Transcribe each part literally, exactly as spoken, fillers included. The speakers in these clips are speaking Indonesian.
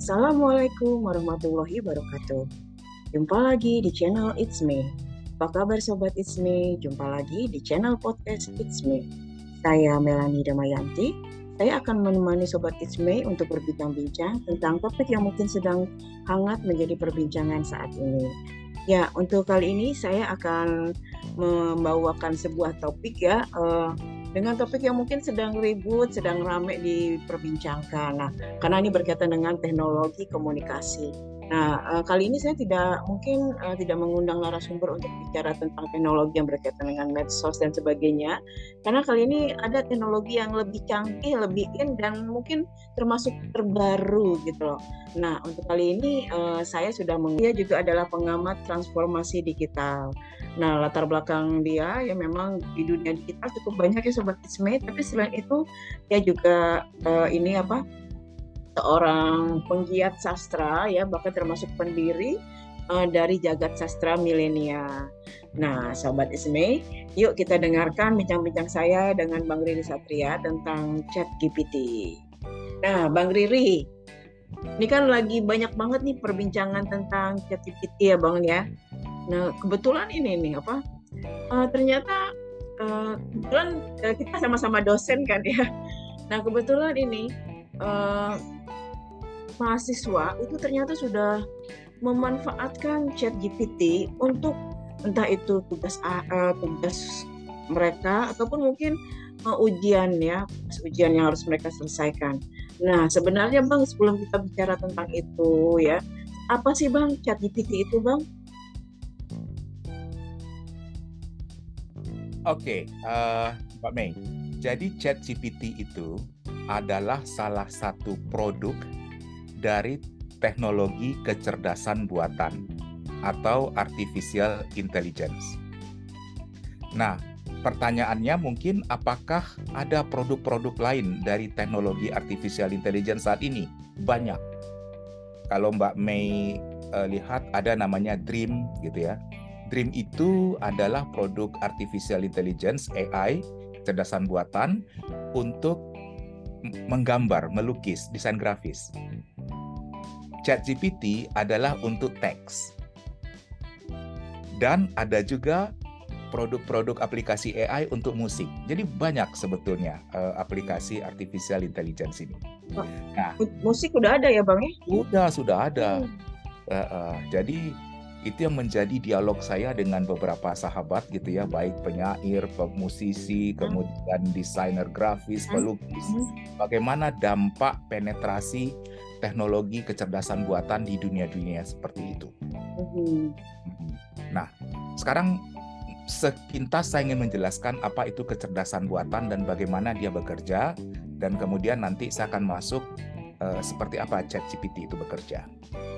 Assalamualaikum warahmatullahi wabarakatuh. Jumpa lagi di channel It's Me. Apa kabar Sobat It's Me? Jumpa lagi di channel podcast It's Me. Saya Melanie Damayanti. Saya akan menemani Sobat It's Me untuk berbincang-bincang tentang topik yang mungkin sedang hangat menjadi perbincangan saat ini. Ya, untuk kali ini saya akan membawakan sebuah topik ya, uh, dengan topik yang mungkin sedang ribut, sedang ramai diperbincangkan. Nah, karena ini berkaitan dengan teknologi komunikasi. Nah, uh, kali ini saya tidak mungkin uh, tidak mengundang narasumber untuk bicara tentang teknologi yang berkaitan dengan medsos dan sebagainya. Karena kali ini ada teknologi yang lebih canggih, lebih in dan mungkin termasuk terbaru gitu loh. Nah, untuk kali ini uh, saya sudah meng- dia juga adalah pengamat transformasi digital. Nah, latar belakang dia ya memang di dunia digital cukup banyak ya Sobat Isme, tapi selain itu dia juga uh, ini apa seorang penggiat sastra ya, bahkan termasuk pendiri uh, dari jagat sastra milenial. Nah, Sobat Isme, yuk kita dengarkan bincang-bincang saya dengan Bang Riri Satria tentang ChatGPT. Nah, Bang Riri, ini kan lagi banyak banget nih perbincangan tentang ChatGPT ya Bang ya. Nah, kebetulan ini nih apa? Uh, ternyata uh, kebetulan uh, kita sama-sama dosen kan ya. Nah, kebetulan ini uh, mahasiswa itu ternyata sudah memanfaatkan ChatGPT untuk entah itu tugas uh, tugas mereka ataupun mungkin uh, ujian ya, ujian yang harus mereka selesaikan. Nah, sebenarnya Bang, sebelum kita bicara tentang itu ya, apa sih Bang ChatGPT itu Bang? Oke, okay, uh, Mbak Mei. Jadi ChatGPT itu adalah salah satu produk dari teknologi kecerdasan buatan atau artificial intelligence. Nah, pertanyaannya mungkin apakah ada produk-produk lain dari teknologi artificial intelligence saat ini? Banyak. Kalau Mbak Mei uh, lihat ada namanya Dream gitu ya. Dream itu adalah produk artificial intelligence A I, kecerdasan buatan untuk menggambar, melukis, desain grafis. ChatGPT adalah untuk teks. Dan ada juga produk-produk aplikasi A I untuk musik. Jadi banyak sebetulnya uh, aplikasi artificial intelligence ini. Nah, musik udah ada ya Bang ya? Sudah, sudah ada. Hmm. Uh, uh, jadi itu yang menjadi dialog saya dengan beberapa sahabat gitu ya, baik penyair, pemusisi, kemudian desainer grafis, pelukis. Bagaimana dampak penetrasi teknologi kecerdasan buatan di dunia-dunia seperti itu. Nah, sekarang sekintas saya ingin menjelaskan apa itu kecerdasan buatan dan bagaimana dia bekerja, dan kemudian nanti saya akan masuk uh, seperti apa ChatGPT itu bekerja.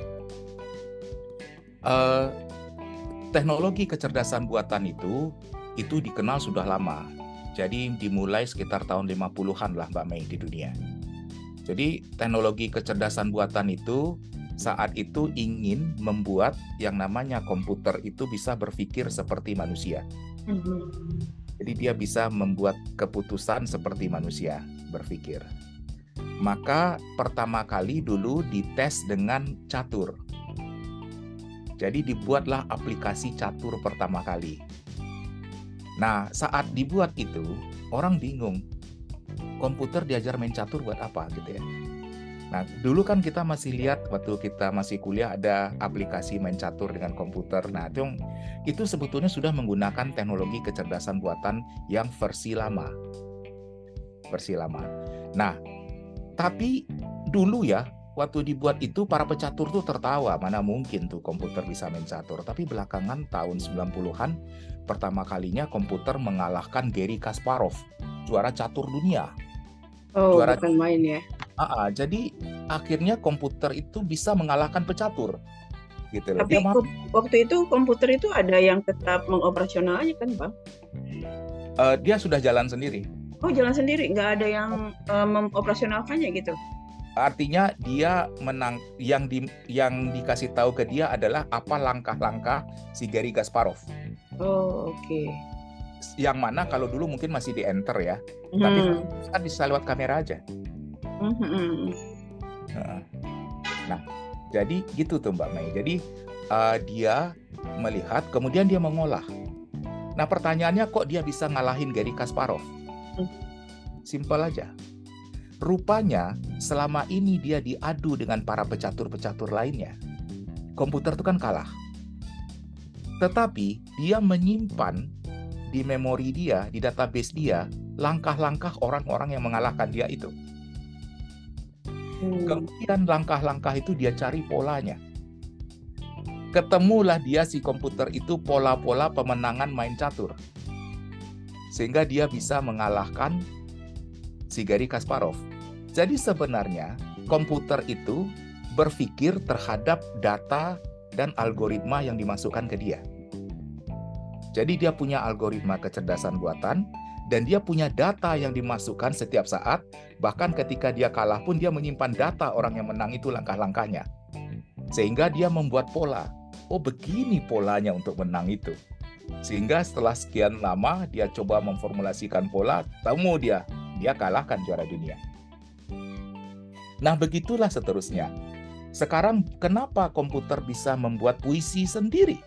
Uh, teknologi kecerdasan buatan itu itu dikenal sudah lama. Jadi dimulai sekitar tahun lima puluhan lah Mbak Mei di dunia. Jadi teknologi kecerdasan buatan itu saat itu ingin membuat yang namanya komputer itu bisa berpikir seperti manusia. Mm-hmm. Jadi dia bisa membuat keputusan seperti manusia berpikir. Maka pertama kali dulu dites dengan catur. Jadi dibuatlah aplikasi catur pertama kali. Nah, saat dibuat itu, orang bingung. Komputer diajar main catur buat apa gitu ya. Nah, dulu kan kita masih lihat waktu kita masih kuliah ada aplikasi main catur dengan komputer. Nah, itu, itu sebetulnya sudah menggunakan teknologi kecerdasan buatan yang versi lama. Versi lama. Nah, tapi dulu ya, waktu dibuat itu para pecatur tuh tertawa, mana mungkin tuh komputer bisa main catur. Tapi belakangan tahun sembilan puluhan pertama kalinya komputer mengalahkan Garry Kasparov, juara catur dunia. Oh, juara bukan main ya. Uh, uh, jadi akhirnya komputer itu bisa mengalahkan pecatur. Gitu loh. Tapi dia waktu itu komputer itu ada yang tetap mengoperasionalnya kan, Bang? Uh, dia sudah jalan sendiri. Oh, jalan sendiri, nggak ada yang uh, mengoperasionalkannya gitu. Artinya dia menang, yang di yang dikasih tahu ke dia adalah apa langkah-langkah si Garry Kasparov. Oh, oke. Okay. Yang mana kalau dulu mungkin masih di enter ya, hmm. tapi kan bisa lewat kamera aja. Hmm. Nah. Nah, jadi gitu tuh Mbak Mei. Jadi uh, dia melihat, kemudian dia mengolah. Nah, pertanyaannya kok dia bisa ngalahin Garry Kasparov? Simpel aja. Rupanya selama ini dia diadu dengan para pecatur-pecatur lainnya. Komputer itu kan kalah. Tetapi dia menyimpan di memori dia, di database dia, langkah-langkah orang-orang yang mengalahkan dia itu. Hmm. Kemudian langkah-langkah itu dia cari polanya. Ketemulah dia si komputer itu pola-pola pemenangan main catur. Sehingga dia bisa mengalahkan si Garry Kasparov. Jadi sebenarnya komputer itu berpikir terhadap data dan algoritma yang dimasukkan ke dia. Jadi dia punya algoritma kecerdasan buatan dan dia punya data yang dimasukkan setiap saat, bahkan ketika dia kalah pun dia menyimpan data orang yang menang itu langkah-langkahnya. Sehingga dia membuat pola. Oh, begini polanya untuk menang itu. Sehingga setelah sekian lama dia coba memformulasikan pola, temu dia, dia kalahkan juara dunia. Nah, begitulah seterusnya. Sekarang kenapa komputer bisa membuat puisi sendiri?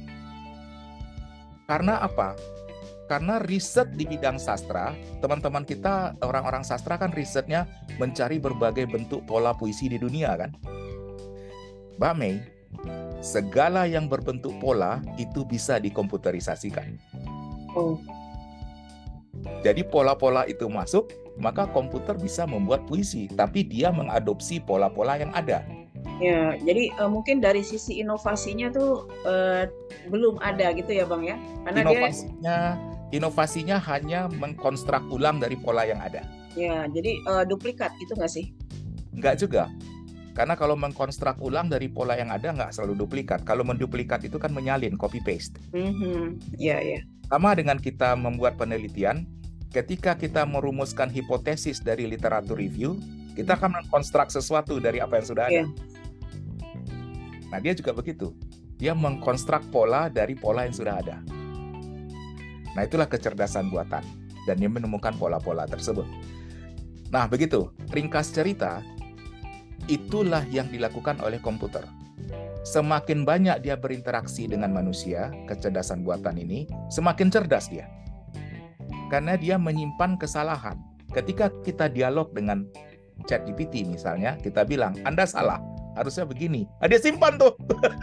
Karena apa? Karena riset di bidang sastra, teman-teman kita orang-orang sastra kan risetnya mencari berbagai bentuk pola puisi di dunia kan. Mbak Mei, segala yang berbentuk pola itu bisa dikomputerisasikan. Oh. Jadi pola-pola itu masuk, maka komputer bisa membuat puisi, tapi dia mengadopsi pola-pola yang ada. Ya, jadi uh, mungkin dari sisi inovasinya tuh uh, belum ada gitu ya Bang ya? Karena inovasinya, dia... inovasinya hanya mengkonstruk ulang dari pola yang ada. Ya, jadi uh, duplikat itu nggak sih? Nggak juga. Karena kalau mengkonstruk ulang dari pola yang ada nggak selalu duplikat. Kalau menduplikat itu kan menyalin, copy paste. Mm-hmm. Ya, ya. Sama dengan kita membuat penelitian, ketika kita merumuskan hipotesis dari literatur review, kita akan mengkonstruk sesuatu dari apa yang sudah ada. Yeah. Nah, dia juga begitu. Dia mengkonstruk pola dari pola yang sudah ada. Nah, itulah kecerdasan buatan. Dan dia menemukan pola-pola tersebut. Nah, begitu. Ringkas cerita, itulah yang dilakukan oleh komputer. Semakin banyak dia berinteraksi dengan manusia, kecerdasan buatan ini, semakin cerdas dia. Karena dia menyimpan kesalahan. Ketika kita dialog dengan ChatGPT misalnya, kita bilang, Anda salah, harusnya begini. Ah, dia simpan tuh.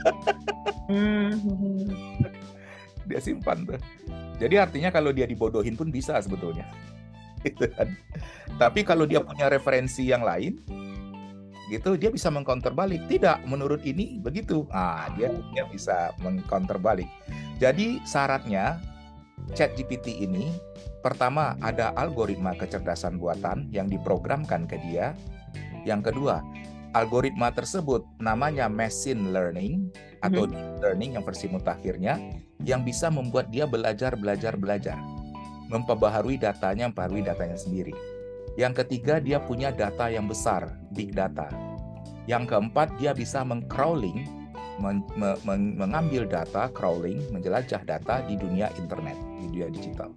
Dia simpan tuh. Jadi artinya kalau dia dibodohin pun bisa sebetulnya. Gitu kan. Tapi kalau dia punya referensi yang lain, gitu, dia bisa mengcounter balik. Tidak, menurut ini begitu. Ah, dia dia bisa mengcounter balik. Jadi syaratnya ChatGPT ini pertama ada algoritma kecerdasan buatan yang diprogramkan ke dia. Yang kedua, algoritma tersebut namanya machine learning atau Mm-hmm. deep learning yang versi mutakhirnya yang bisa membuat dia belajar belajar belajar, memperbaharui datanya, memperbaharui datanya sendiri. Yang ketiga, dia punya data yang besar, big data. Yang keempat, dia bisa meng-crawling, men- me- men- mengambil data, crawling, menjelajah data di dunia internet, di dunia digital.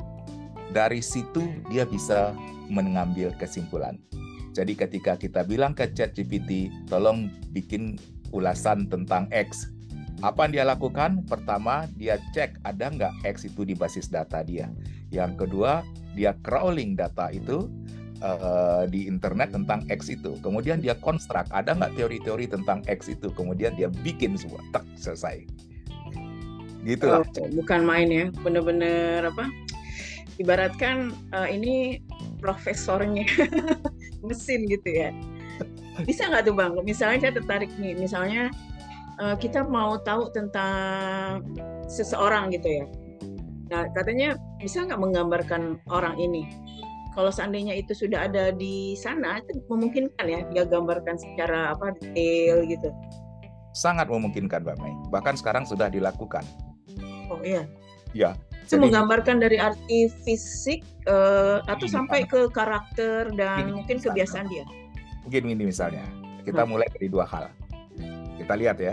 Dari situ dia bisa mengambil kesimpulan. Jadi ketika kita bilang ke ChatGPT, tolong bikin ulasan tentang X, apa yang dia lakukan? Pertama, dia cek ada nggak X itu di basis data dia. Yang kedua, dia crawling data itu uh, di internet tentang X itu. Kemudian dia konstruk, ada nggak teori-teori tentang X itu. Kemudian dia bikin semua, tak, selesai. Gitulah. Oh, bukan main ya, bener-bener apa? Ibaratkan uh, ini profesornya mesin gitu ya. Bisa nggak tuh Bang? Misalnya saya tertarik nih, misalnya uh, kita mau tahu tentang seseorang gitu ya. Nah, katanya bisa nggak menggambarkan orang ini? Kalau seandainya itu sudah ada di sana, itu memungkinkan ya dia gambarkan secara apa detail gitu. Sangat memungkinkan Mbak Mei. Bahkan sekarang sudah dilakukan. Oh iya. Ya. Itu menggambarkan dari arti fisik uh, atau sampai ke karakter dan Gini, mungkin misalnya. kebiasaan dia. Mungkin ini misalnya. Kita hmm. mulai dari dua hal. Kita lihat ya.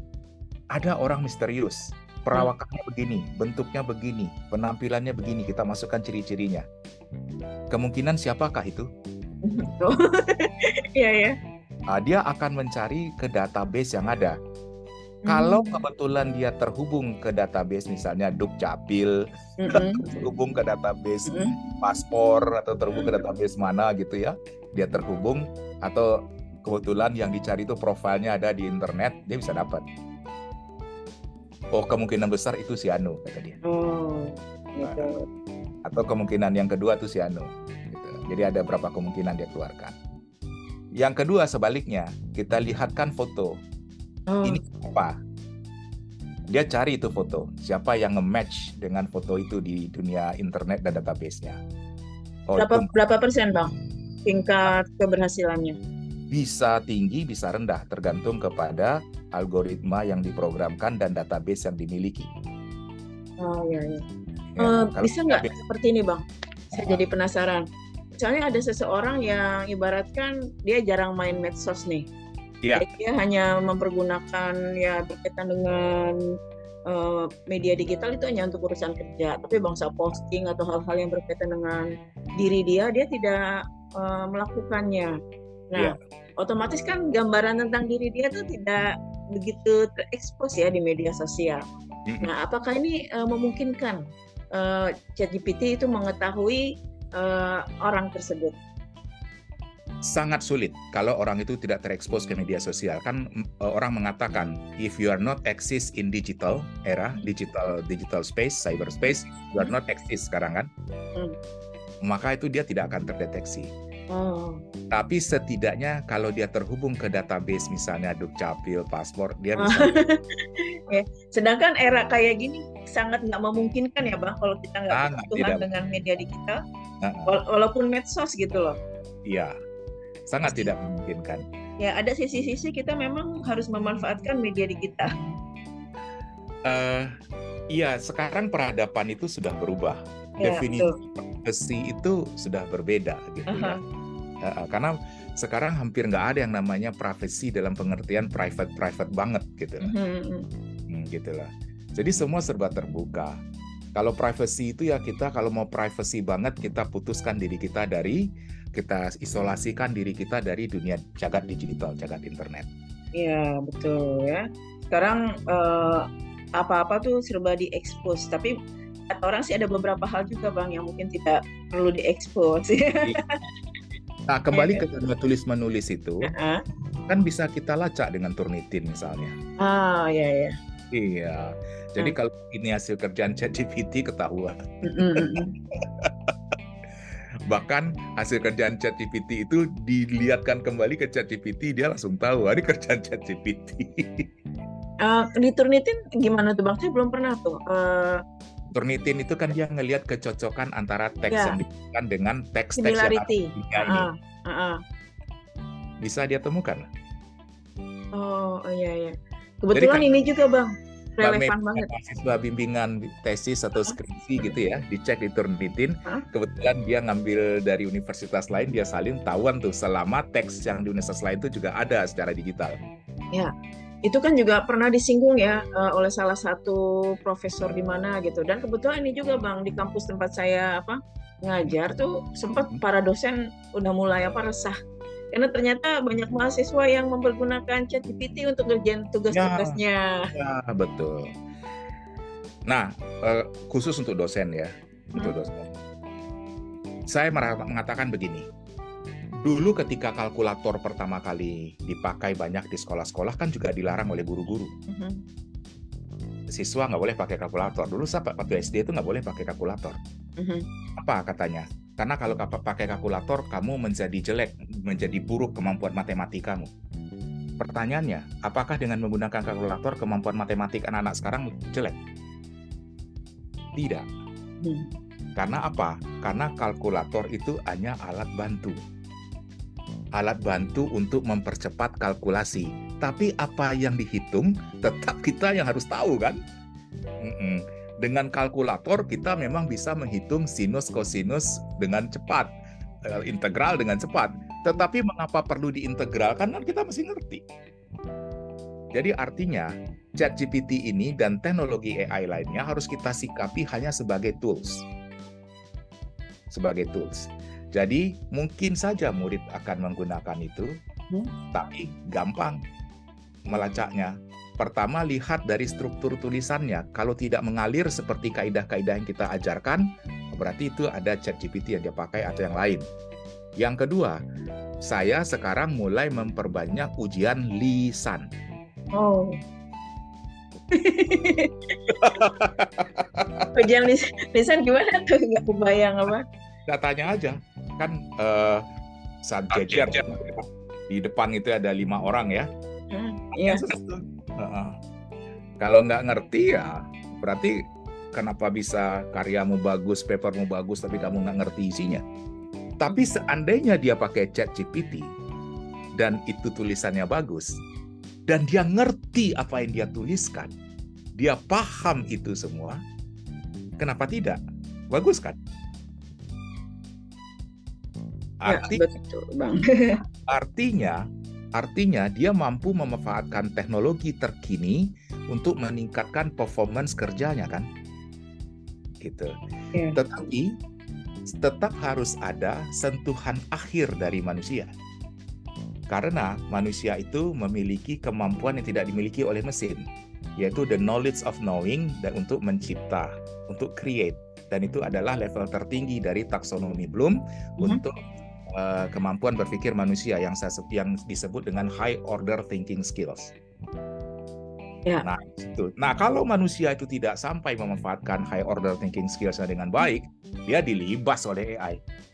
Ada orang misterius. Perawakannya hmm. begini, bentuknya begini, penampilannya begini. Kita masukkan ciri-cirinya. Kemungkinan siapakah itu? Oh, iya ya. uh, dia akan mencari ke database yang ada. Kalau kebetulan dia terhubung ke database misalnya Dukcapil, mm-hmm. terhubung ke database mm-hmm. paspor atau terhubung ke database mana gitu ya, dia terhubung, atau kebetulan yang dicari itu profilnya ada di internet, dia bisa dapat. Oh, kemungkinan besar itu si Anu, kata dia. Oh, gitu. Atau kemungkinan yang kedua itu si Anu. Gitu. Jadi ada berapa kemungkinan dia keluarkan. Yang kedua sebaliknya, kita lihatkan foto. Oh. Ini apa? Dia cari itu foto. Siapa yang nge-match dengan foto itu di dunia internet dan database-nya. Oh, berapa, itu... berapa persen, Bang? Tingkat keberhasilannya? Bisa tinggi, bisa rendah. Tergantung kepada algoritma yang diprogramkan dan database yang dimiliki. Oh, iya, iya. Ya, uh, bisa nggak database... seperti ini, Bang? Saya uh, jadi penasaran. Misalnya ada seseorang yang ibaratkan dia jarang main medsos nih. Ya. Dia hanya mempergunakan ya berkaitan dengan uh, media digital itu hanya untuk urusan kerja, tapi bangsa posting atau hal-hal yang berkaitan dengan diri dia, dia tidak uh, melakukannya. Nah, ya. Otomatis kan gambaran tentang diri dia tuh tidak begitu terekspos ya di media sosial. Mm-hmm. Nah, apakah ini uh, memungkinkan uh, ChatGPT itu mengetahui uh, orang tersebut? Sangat sulit kalau orang itu tidak terekspos ke media sosial. Kan orang mengatakan if you are not exist in digital era, digital digital space, cyberspace, you are not exist sekarang kan, hmm. maka itu dia tidak akan terdeteksi. Oh. Tapi setidaknya kalau dia terhubung ke database misalnya Dukcapil, paspor, dia bisa. Ya. Sedangkan era kayak gini sangat nggak memungkinkan ya Bang, kalau kita nggak bersentuhan dengan media digital, uh-uh. walaupun medsos gitu loh. Iya. Sangat tidak memungkinkan. Ya, ada sisi-sisi kita memang harus memanfaatkan media digital. Uh, iya, sekarang peradaban itu sudah berubah. Ya, definisi privasi itu sudah berbeda, gitu uh-huh. ya. Uh, karena sekarang hampir nggak ada yang namanya privasi dalam pengertian private-private banget, gitu. Uh-huh. Hmm, gitulah. Jadi semua serba terbuka. Kalau privasi itu ya kita kalau mau privasi banget kita putuskan diri kita dari kita isolasikan diri kita dari dunia jagat digital, jagat internet. Iya, betul ya. Sekarang eh, apa-apa tuh serba diekspos, tapi kata orang sih ada beberapa hal juga Bang yang mungkin tidak perlu diekspos. Nah, kembali ke tulis menulis itu, uh-huh. kan bisa kita lacak dengan Turnitin misalnya. Ah, iya ya. Iya. Jadi hmm. kalau ini hasil kerjaan ChatGPT ketahuan. Bahkan hasil kerjaan ChatGPT itu dilihatkan kembali ke ChatGPT, dia langsung tahu ini kerjaan ChatGPT. Uh, di Turnitin gimana tuh Bang? Saya belum pernah tuh. Uh... Turnitin itu kan dia ngelihat kecocokan antara teks yeah. yang diberikan dengan teks-teks similarity. yang ada uh-uh. Uh-uh. Bisa dia temukan. Oh, oh iya iya. Kebetulan kan, ini juga Bang. Relevan banget. Mahasiswa bimbingan tesis atau skripsi uh-huh. gitu ya, dicek di Turnitin, uh-huh. kebetulan dia ngambil dari universitas lain, dia salin tahuan tuh selama teks yang di universitas lain itu juga ada secara digital. Ya, itu kan juga pernah disinggung ya uh, oleh salah satu profesor di mana gitu. Dan kebetulan ini juga Bang di kampus tempat saya apa ngajar tuh sempat para dosen udah mulai apa resah. Karena ternyata banyak mahasiswa yang mempergunakan ChatGPT untuk ngerjain tugas-tugasnya. Ya, ya, betul. Nah, eh, khusus untuk dosen ya, hmm. untuk dosen. Saya mengatakan begini. Dulu ketika kalkulator pertama kali dipakai banyak di sekolah-sekolah kan juga dilarang oleh guru-guru. Hmm. Siswa nggak boleh pakai kalkulator. Dulu saya waktu S D itu nggak boleh pakai kalkulator. Hmm. Apa katanya? Karena kalau pakai kalkulator, kamu menjadi jelek, menjadi buruk kemampuan matematikamu. Pertanyaannya, apakah dengan menggunakan kalkulator kemampuan matematik anak-anak sekarang jelek? Tidak. Hmm. Karena apa? Karena kalkulator itu hanya alat bantu. Alat bantu untuk mempercepat kalkulasi. Tapi apa yang dihitung, tetap kita yang harus tahu kan? Mm-mm. Dengan kalkulator kita memang bisa menghitung sinus kosinus dengan cepat, integral dengan cepat. Tetapi mengapa perlu diintegralkan kan kita mesti ngerti. Jadi artinya ChatGPT ini dan teknologi A I lainnya harus kita sikapi hanya sebagai tools. Sebagai tools. Jadi mungkin saja murid akan menggunakan itu, Hmm. Tapi gampang melacaknya. Pertama, lihat dari struktur tulisannya. Kalau tidak mengalir seperti kaidah-kaidah yang kita ajarkan, berarti itu ada ChatGPT yang dia pakai atau yang lain. Yang kedua, saya sekarang mulai memperbanyak ujian lisan. Oh. Ujian lis- lisan gimana tuh? Nggak kebayang apa? Datanya aja. Kan uh, saat jejer di depan itu ada lima orang ya. Hmm, iya. Uh-uh. Kalau nggak ngerti ya berarti kenapa bisa karyamu bagus, papermu bagus, tapi kamu nggak ngerti isinya. Tapi seandainya dia pakai ChatGPT dan itu tulisannya bagus dan dia ngerti apa yang dia tuliskan, dia paham itu semua, kenapa tidak? Bagus kan? Arti, ya, betul, Bang. artinya Artinya dia mampu memanfaatkan teknologi terkini untuk meningkatkan performance kerjanya kan, gitu. Yeah. Tetapi tetap harus ada sentuhan akhir dari manusia, karena manusia itu memiliki kemampuan yang tidak dimiliki oleh mesin, yaitu the knowledge of knowing dan untuk mencipta, untuk create, dan itu adalah level tertinggi dari taksonomi Bloom mm-hmm. untuk Uh, kemampuan berpikir manusia yang saya yang disebut dengan high order thinking skills. Ya. Nah, itu. Nah, kalau manusia itu tidak sampai memanfaatkan high order thinking skills-nya dengan baik, dia dilibas oleh A I.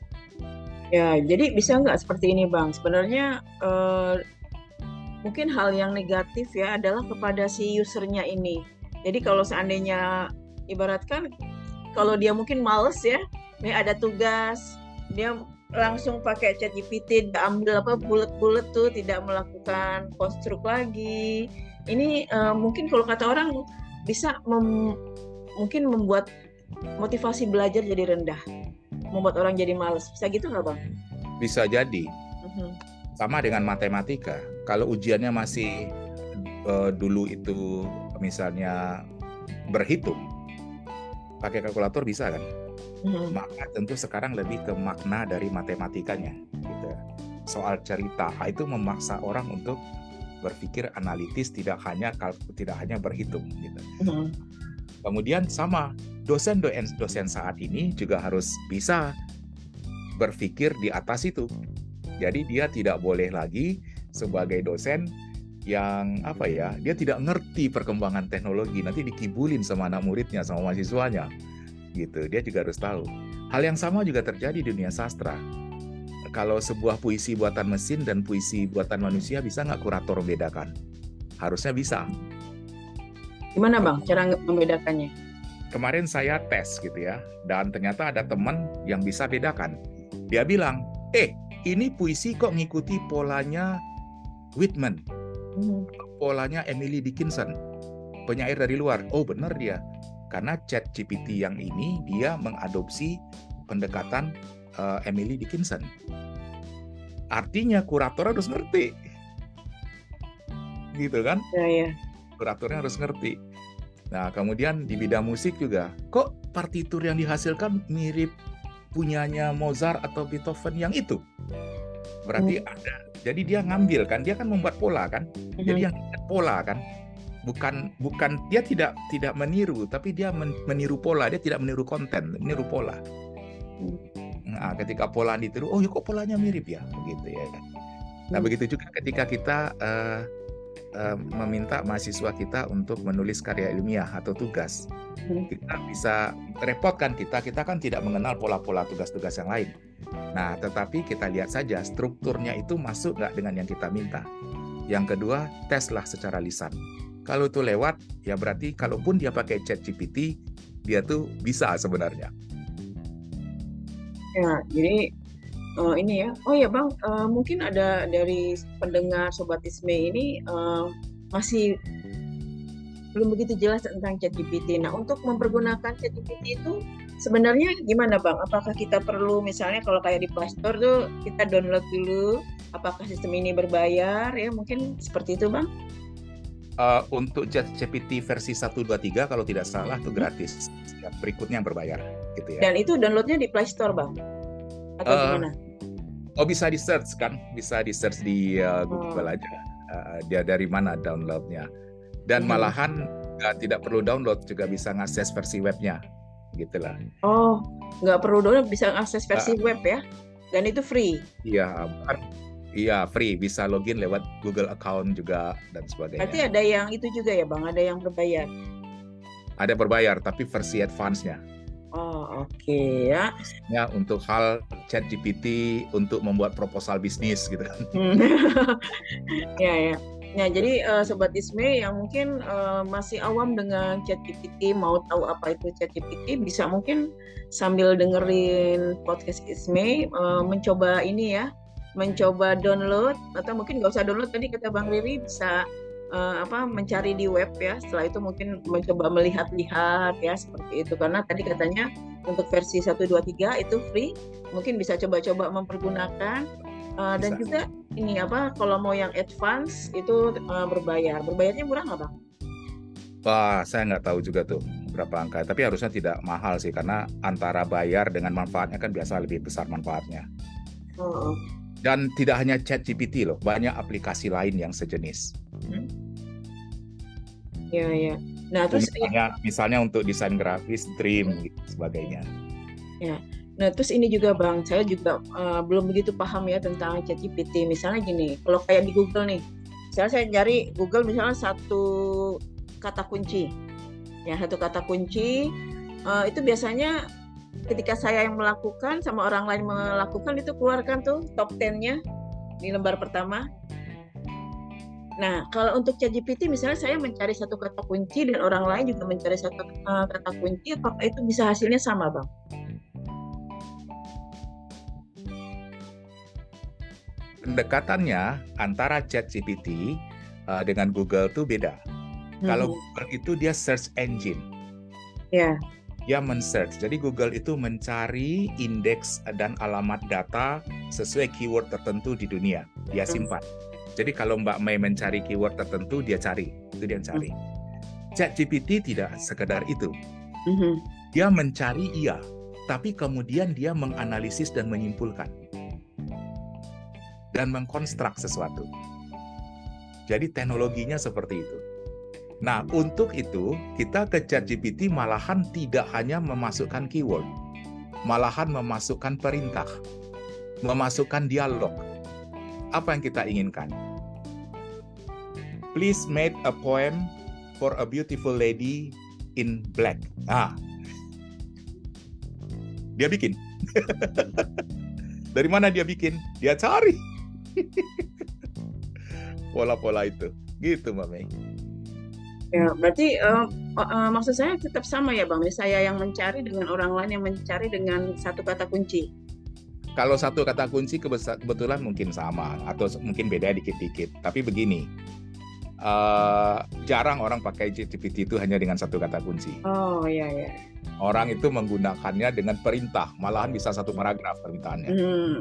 Ya, jadi bisa nggak seperti ini, Bang? Sebenarnya uh, mungkin hal yang negatif ya adalah kepada si usernya ini. Jadi kalau seandainya ibaratkan kalau dia mungkin males ya, nih ada tugas, dia langsung pakai ChatGPT, ambil apa bulet-bulet tuh, tidak melakukan konstruk lagi. Ini uh, mungkin kalau kata orang bisa mem, mungkin membuat motivasi belajar jadi rendah, membuat orang jadi malas. Bisa gitu nggak, Bang? Bisa jadi. Uh-huh. Sama dengan matematika. Kalau ujiannya masih uh, dulu itu misalnya berhitung, pakai kalkulator bisa kan? Hmm. Maka tentu sekarang lebih ke makna dari matematikanya gitu. Soal cerita itu memaksa orang untuk berpikir analitis, tidak hanya tidak hanya berhitung gitu. Hmm. Kemudian sama dosen-dosen dosen saat ini juga harus bisa berpikir di atas itu. Jadi dia tidak boleh lagi sebagai dosen yang apa ya, dia tidak ngerti perkembangan teknologi, nanti dikibulin sama anak muridnya, sama mahasiswanya. Gitu, dia juga harus tahu. Hal yang sama juga terjadi di dunia sastra. Kalau sebuah puisi buatan mesin dan puisi buatan manusia, bisa nggak kurator membedakan? Harusnya bisa. Gimana, Bang, cara membedakannya? Kemarin saya tes gitu ya, dan ternyata ada teman yang bisa bedakan. Dia bilang, eh ini puisi kok ngikuti polanya Whitman, hmm. polanya Emily Dickinson, penyair dari luar. Oh benar dia. Karena ChatGPT yang ini dia mengadopsi pendekatan uh, Emily Dickinson. Artinya kurator harus ngerti, gitu kan? Ya, ya. Kuratornya harus ngerti. Nah kemudian di bidang musik juga, kok partitur yang dihasilkan mirip punyanya Mozart atau Beethoven yang itu? Berarti hmm. ada. Jadi dia ngambil kan, dia kan membuat pola kan. Hmm. Jadi yang pola kan. Bukan bukan dia tidak tidak meniru, tapi dia meniru pola. Dia tidak meniru konten, meniru pola. Nah, ketika pola ditiru, oh ya kok polanya mirip ya, begitu ya. Nah, hmm. begitu juga ketika kita uh, uh, meminta mahasiswa kita untuk menulis karya ilmiah atau tugas, hmm. kita bisa repotkan kita, kita kan tidak mengenal pola-pola tugas-tugas yang lain. Nah, tetapi kita lihat saja strukturnya itu masuk nggak dengan yang kita minta. Yang kedua, teslah secara lisan. Kalau itu lewat, ya berarti kalaupun dia pakai ChatGPT, dia tuh bisa sebenarnya. Ya, jadi uh, ini ya. Oh ya Bang, uh, mungkin ada dari pendengar Sobat Isme ini uh, masih belum begitu jelas tentang ChatGPT. Nah, untuk mempergunakan ChatGPT itu sebenarnya gimana Bang? Apakah kita perlu misalnya kalau kayak di Play Store tuh kita download dulu? Apakah sistem ini berbayar? Ya mungkin seperti itu Bang. Uh, untuk ChatGPT versi satu, dua, tiga kalau tidak salah itu gratis. Berikutnya yang berbayar gitu ya. Dan itu downloadnya di Play Store Bang? Atau uh, gimana? Oh, bisa di search kan, bisa di search di uh, Google Oh. aja. Uh, dia dari mana downloadnya. Dan Mhm. malahan uh, tidak perlu download, juga bisa ngakses versi webnya, gitulah. Oh, nggak perlu download, bisa akses versi Uh, web ya? Dan itu free? Iya, kan, iya free, bisa login lewat Google account juga dan Berarti sebagainya. ada yang itu juga ya Bang, ada yang berbayar? Ada berbayar, tapi versi advance-nya. Oh, oke okay, ya. Ya, untuk hal ChatGPT untuk membuat proposal bisnis gitu kan. Hmm. Ya ya. Nah, jadi uh, Sobat Isme yang mungkin uh, masih awam dengan ChatGPT, mau tahu apa itu ChatGPT, bisa mungkin sambil dengerin podcast Isme, uh, mencoba ini ya, mencoba download, atau mungkin nggak usah download, tadi kata Bang Riri bisa uh, apa mencari di web ya, setelah itu mungkin mencoba melihat-lihat ya, seperti itu. Karena tadi katanya untuk versi satu, dua, tiga itu free, mungkin bisa coba-coba mempergunakan. Uh, dan juga ini apa, kalau mau yang advance itu uh, berbayar. Berbayarnya murah nggak Bang? Wah, saya nggak tahu juga tuh berapa angka. Tapi harusnya tidak mahal sih, karena antara bayar dengan manfaatnya kan biasa lebih besar manfaatnya. Oh. Dan tidak hanya ChatGPT loh, banyak aplikasi lain yang sejenis. Hmm. Ya ya. Nah terus misalnya, misalnya untuk desain grafis, Dream gitu sebagainya. Ya. Nah, terus ini juga Bang, saya juga uh, belum begitu paham ya tentang ChatGPT. Misalnya gini, kalau kayak di Google nih, misalnya saya cari Google misalnya satu kata kunci, ya satu kata kunci, uh, itu biasanya ketika saya yang melakukan sama orang lain melakukan itu keluarkan tuh top sepuluh-nya di lembar pertama. Nah, kalau untuk ChatGPT misalnya saya mencari satu kata kunci dan orang lain juga mencari satu uh, kata kunci, apakah itu bisa hasilnya sama Bang? Pendekatannya antara ChatGPT uh, dengan Google tuh beda. Hmm. Kalau Google itu dia search engine. Ya. Yeah. Dia men-search. Jadi Google itu mencari indeks dan alamat data sesuai keyword tertentu di dunia. Dia simpan. Hmm. Jadi kalau Mbak May mencari keyword tertentu, dia cari. Itu dia cari. Hmm. ChatGPT tidak sekedar itu. Hmm. Dia mencari iya, tapi kemudian dia menganalisis dan menyimpulkan. Dan mengkonstruk sesuatu. Jadi teknologinya seperti itu. Nah, untuk itu kita ke ChatGPT malahan tidak hanya memasukkan keyword, malahan memasukkan perintah, memasukkan dialog. Apa yang kita inginkan? Please make a poem for a beautiful lady in black. Ah, dia bikin. Dari mana dia bikin? Dia cari. Pola-pola itu, gitu Mbak May. Ya, berarti uh, uh, maksud saya tetap sama ya Bang, saya yang mencari dengan orang lain yang mencari dengan satu kata kunci. Kalau satu kata kunci kebetulan mungkin sama, atau mungkin beda dikit-dikit. Tapi begini, uh, jarang orang pakai ChatGPT itu hanya dengan satu kata kunci. Oh iya ya. Orang itu menggunakannya dengan perintah, malahan bisa satu paragraf permintaannya. Hmm.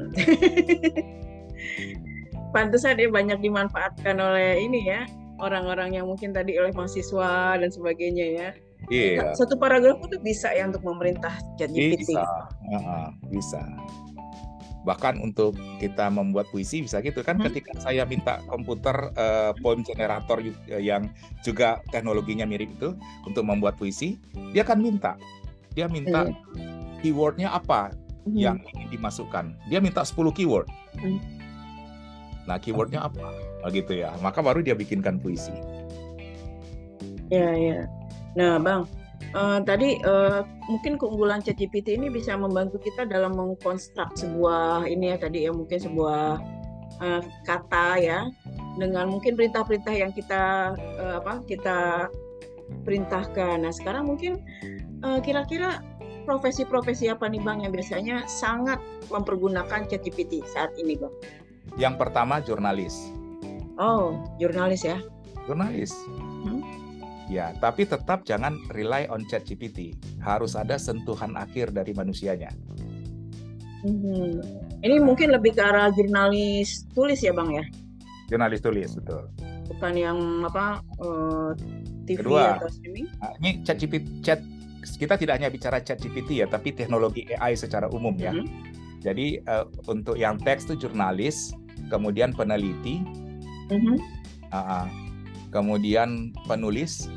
Pantesan dia banyak dimanfaatkan oleh ini ya, orang-orang yang mungkin tadi oleh mahasiswa dan sebagainya ya. Iya. Satu paragraf itu bisa ya untuk memerintah ChatGPT. Bisa, uh-uh, bisa. Bahkan untuk kita membuat puisi bisa gitu kan. Hmm. Ketika saya minta komputer uh, poem generator yang juga teknologinya mirip itu untuk membuat puisi, dia akan minta, dia minta hmm. keywordnya apa hmm. yang ingin dimasukkan. Dia minta sepuluh keyword. Hmm. Nah, keywordnya apa? Nah, gitu ya. Maka baru dia bikinkan puisi. Ya, ya. Nah, Bang, uh, tadi uh, mungkin keunggulan ChatGPT ini bisa membantu kita dalam mengkonstruk sebuah ini ya tadi ya, mungkin sebuah uh, kata ya, dengan mungkin perintah-perintah yang kita uh, apa kita perintahkan. Nah, sekarang mungkin uh, kira-kira profesi-profesi apa nih Bang yang biasanya sangat mempergunakan ChatGPT saat ini Bang? Yang pertama jurnalis. Oh, jurnalis ya? Jurnalis. Hmm? Ya, tapi tetap jangan rely on ChatGPT. Harus ada sentuhan akhir dari manusianya. Hmm. Ini mungkin lebih ke arah jurnalis tulis ya, Bang ya? Jurnalis tulis, betul. Bukan yang apa uh, T V Kedua, atau streaming? Nah, ini ChatGPT, chat kita tidak hanya bicara ChatGPT ya, tapi teknologi A I secara umum ya. Hmm. Jadi uh, untuk yang teks itu jurnalis, kemudian peneliti, Mhm. uh, kemudian penulis,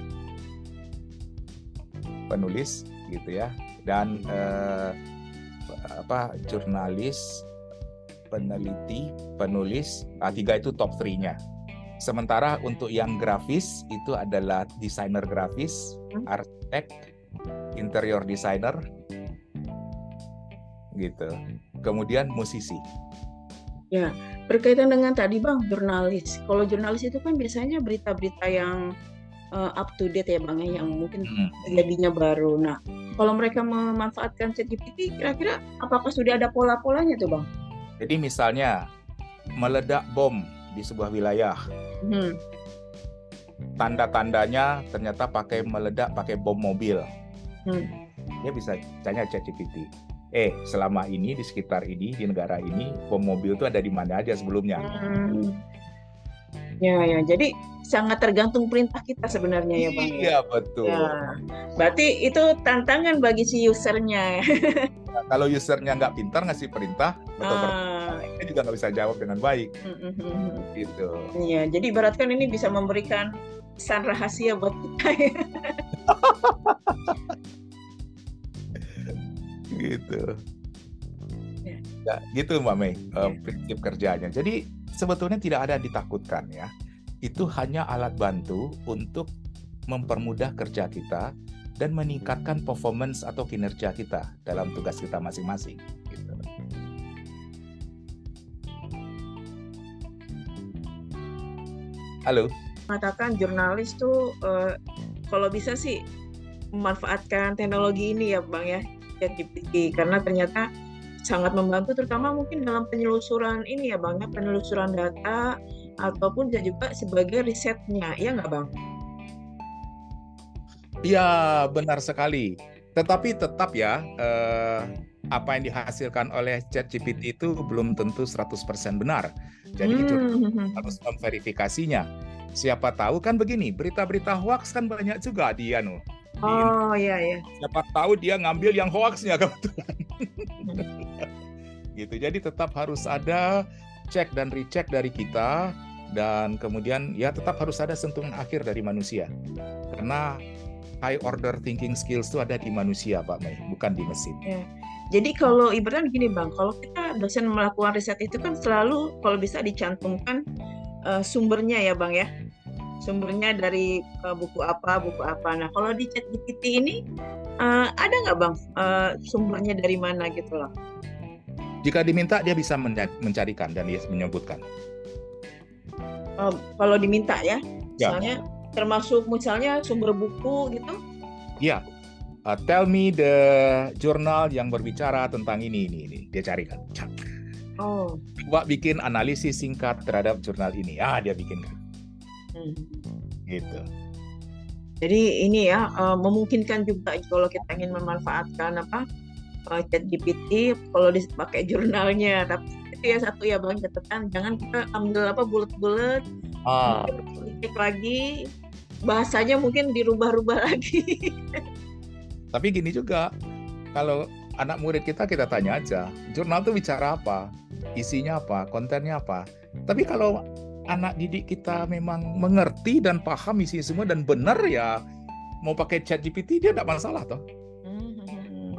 penulis gitu ya, dan uh, apa jurnalis, peneliti, penulis, uh, tiga itu top three-nya. Sementara untuk yang grafis itu adalah desainer grafis, Hmm. arsitek, interior designer, gitu. Kemudian musisi. Ya, berkaitan dengan tadi Bang, jurnalis. Kalau jurnalis itu kan biasanya berita-berita yang uh, up to date ya Bang, ya, yang mungkin Hmm. jadinya baru. Nah, kalau mereka memanfaatkan ChatGPT, kira-kira apakah sudah ada pola-polanya tuh Bang? Jadi misalnya meledak bom di sebuah wilayah, Hmm. tanda-tandanya ternyata pakai meledak pakai bom mobil. Hmm. Dia bisa tanya ChatGPT. Eh, selama ini di sekitar ini, di negara ini, bom mobil itu ada di mana aja sebelumnya? Hmm. Ya, ya. Jadi sangat tergantung perintah kita sebenarnya ya Bang. Iya, betul. Ya. Berarti itu tantangan bagi si usernya. Nah, kalau usernya nggak pintar ngasih perintah, atau Ah. perintah juga nggak bisa jawab dengan baik. Mm-mm. Gitu. Iya, jadi ibaratkan ini bisa memberikan pesan rahasia buat kita ya. Gitu. Ya. Ya, gitu Mbak Mei, uh, Ya. prinsip kerjanya. Jadi sebetulnya tidak ada ditakutkan ya. Itu hanya alat bantu untuk mempermudah kerja kita dan meningkatkan performance atau kinerja kita dalam tugas kita masing-masing. Gitu. Halo. Mengatakan jurnalis tuh uh, kalau bisa sih memanfaatkan teknologi ini ya Bang ya, ChatGPT, karena ternyata sangat membantu terutama mungkin dalam penelusuran ini ya Bang ya, penelusuran data ataupun juga sebagai risetnya, ya nggak Bang? Iya, benar sekali. Tetapi tetap ya, eh, apa yang dihasilkan oleh ChatGPT itu belum tentu seratus persen benar. Jadi Hmm. harus memverifikasinya. Siapa tahu kan begini, berita-berita hoax kan banyak juga dia anu. Oh iya ya. Siapa tahu dia ngambil yang hoaxnya kebetulan. Gitu. Jadi tetap harus ada cek dan recheck dari kita, dan kemudian ya tetap harus ada sentuhan akhir dari manusia. Karena high order thinking skills itu ada di manusia, Pak Mei, bukan di mesin. Ya. Jadi kalau ibaratnya gini Bang, kalau kita dosen melakukan riset itu kan selalu kalau bisa dicantumkan uh, sumbernya ya Bang ya. Sumbernya dari uh, buku apa, buku apa. Nah, kalau di ChatGPT ini uh, ada nggak Bang uh, sumbernya dari mana gitu loh? Jika diminta dia bisa mencarikan dan dia menyebutkan. Uh, kalau diminta ya, Ya. misalnya termasuk misalnya sumber buku gitu? Ya, uh, tell me the jurnal yang berbicara tentang ini, ini, ini. Dia carikan. Oh. Coba bikin analisis singkat terhadap jurnal ini. Ah, dia bikinkan. Hmm. Gitu. Jadi ini ya uh, memungkinkan juga kalau kita ingin memanfaatkan apa uh, ChatGPT kalau dipakai jurnalnya. Tapi itu ya satu ya Bang, catatan jangan kita ambil apa bulet-bulet, Ah. cek lagi bahasanya mungkin dirubah-rubah lagi. Tapi gini juga, kalau anak murid kita kita tanya aja, jurnal itu bicara apa, isinya apa, kontennya apa. Tapi kalau anak didik kita memang mengerti dan paham isi semua dan benar ya, mau pakai ChatGPT dia tidak masalah toh. Hmm.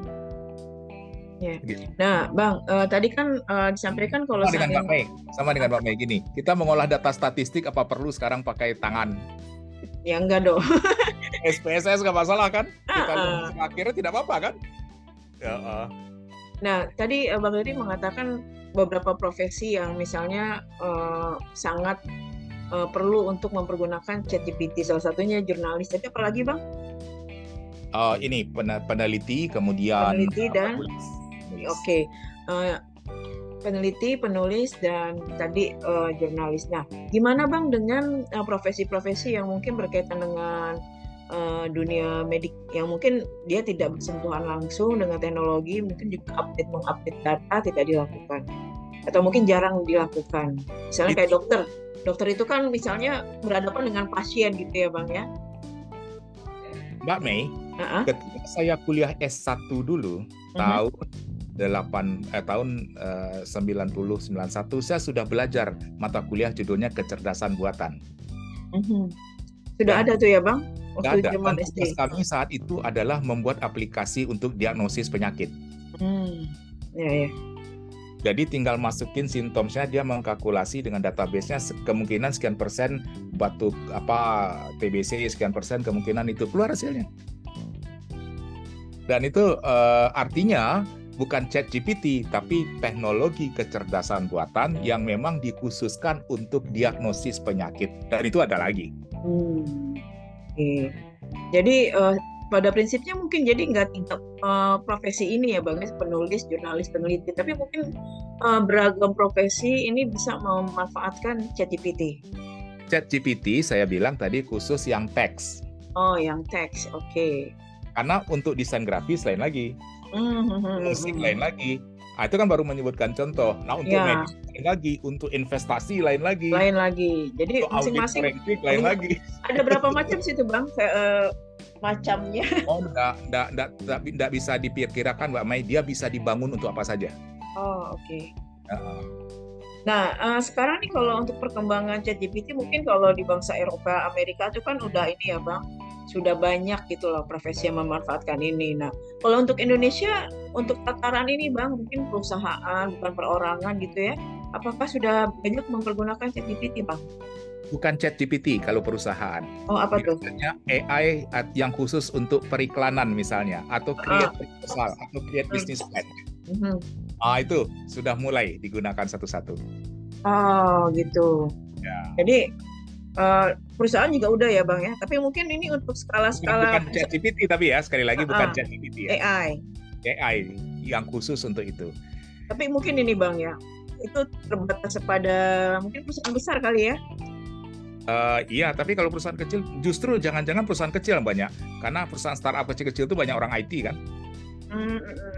Ya. Gitu. Nah, Bang, uh, tadi kan uh, disampaikan kalau sama dengan Mbak Mei, sama dengan Mbak Mei gini, kita mengolah data statistik apa perlu sekarang pakai tangan? Ya enggak dong. S P S S nggak masalah kan? Kita Uh-uh. akhirnya tidak apa-apa kan? Ya. Uh. Nah, tadi uh, Bang Heri mengatakan beberapa profesi yang misalnya uh, sangat uh, perlu untuk mempergunakan ChatGPT. Salah satunya jurnalis. Tapi apalagi Bang? Uh, ini peneliti, kemudian peneliti dan penulis. Oke, okay. uh, peneliti, penulis, dan tadi uh, jurnalis. Nah, gimana Bang dengan uh, profesi-profesi yang mungkin berkaitan dengan uh, dunia medik, yang mungkin dia tidak bersentuhan langsung dengan teknologi, mungkin juga update mengupdate data tidak dilakukan, atau mungkin jarang dilakukan. Misalnya kayak dokter, dokter itu kan misalnya berhadapan dengan pasien gitu ya Bang ya. Mbak Mei, uh-huh. ketika saya kuliah S satu dulu, uh-huh. tahun delapan eh, tahun eh, sembilan puluh sembilan puluh satu saya sudah belajar mata kuliah judulnya kecerdasan buatan. Mm-hmm. Sudah Dan ada tuh ya Bang? Waktu ada. zaman Dan S D. tugas kami saat itu adalah membuat aplikasi untuk diagnosis penyakit. Hmm. Ya, ya. Jadi tinggal masukin simptomnya, dia mengkalkulasi dengan database-nya kemungkinan sekian persen batuk apa T B C, sekian persen kemungkinan itu keluar hasilnya. Dan itu uh, artinya bukan ChatGPT, tapi teknologi kecerdasan buatan yang memang dikhususkan untuk diagnosis penyakit. Dan itu ada lagi. Hmm. Oke. Jadi uh, pada prinsipnya mungkin jadi nggak tinggal uh, profesi ini ya Bang, penulis, jurnalis, peneliti, tapi mungkin uh, beragam profesi ini bisa memanfaatkan ChatGPT. ChatGPT saya bilang tadi khusus yang teks. Oh, yang teks, oke. Okay. Karena untuk desain grafis lain lagi, mm-hmm. musik lain lagi. Nah, itu kan baru menyebutkan contoh. Nah, untuk ya. medis lain lagi, untuk investasi lain lagi. Lain lagi. Jadi untuk masing-masing lain lagi. Ada berapa macam sih itu Bang? Kayak, uh, macamnya. Oh, enggak, enggak, enggak, enggak, enggak bisa diperkirakan Mbak Mai, dia bisa dibangun untuk apa saja. Oh, oke. Okay. Uh, Nah, uh, sekarang nih kalau untuk perkembangan ChatGPT mungkin kalau di bangsa Eropa, Amerika itu kan udah ini ya Bang, sudah banyak gitu loh profesi yang memanfaatkan ini. Nah, kalau untuk Indonesia, untuk tataran ini Bang, mungkin perusahaan, bukan perorangan gitu ya, apakah sudah banyak mempergunakan ChatGPT Bang? Bukan ChatGPT kalau perusahaan. Oh, apa tuh? Biasanya A I yang khusus untuk periklanan misalnya, atau create proposal, ah. atau create business plan. Mm-hmm. Ah, itu sudah mulai digunakan satu-satu. Oh, gitu. Ya. Jadi uh, perusahaan juga udah ya Bang ya, tapi mungkin ini untuk skala-skala bukan ChatGPT tapi ya sekali lagi uh, bukan ChatGPT ya. A I. A I yang khusus untuk itu. Tapi mungkin ini Bang ya, itu terbatas pada mungkin perusahaan besar kali ya. Uh, iya, tapi kalau perusahaan kecil justru jangan-jangan perusahaan kecil yang banyak, karena perusahaan startup kecil-kecil itu banyak orang I T kan. Mm-hmm.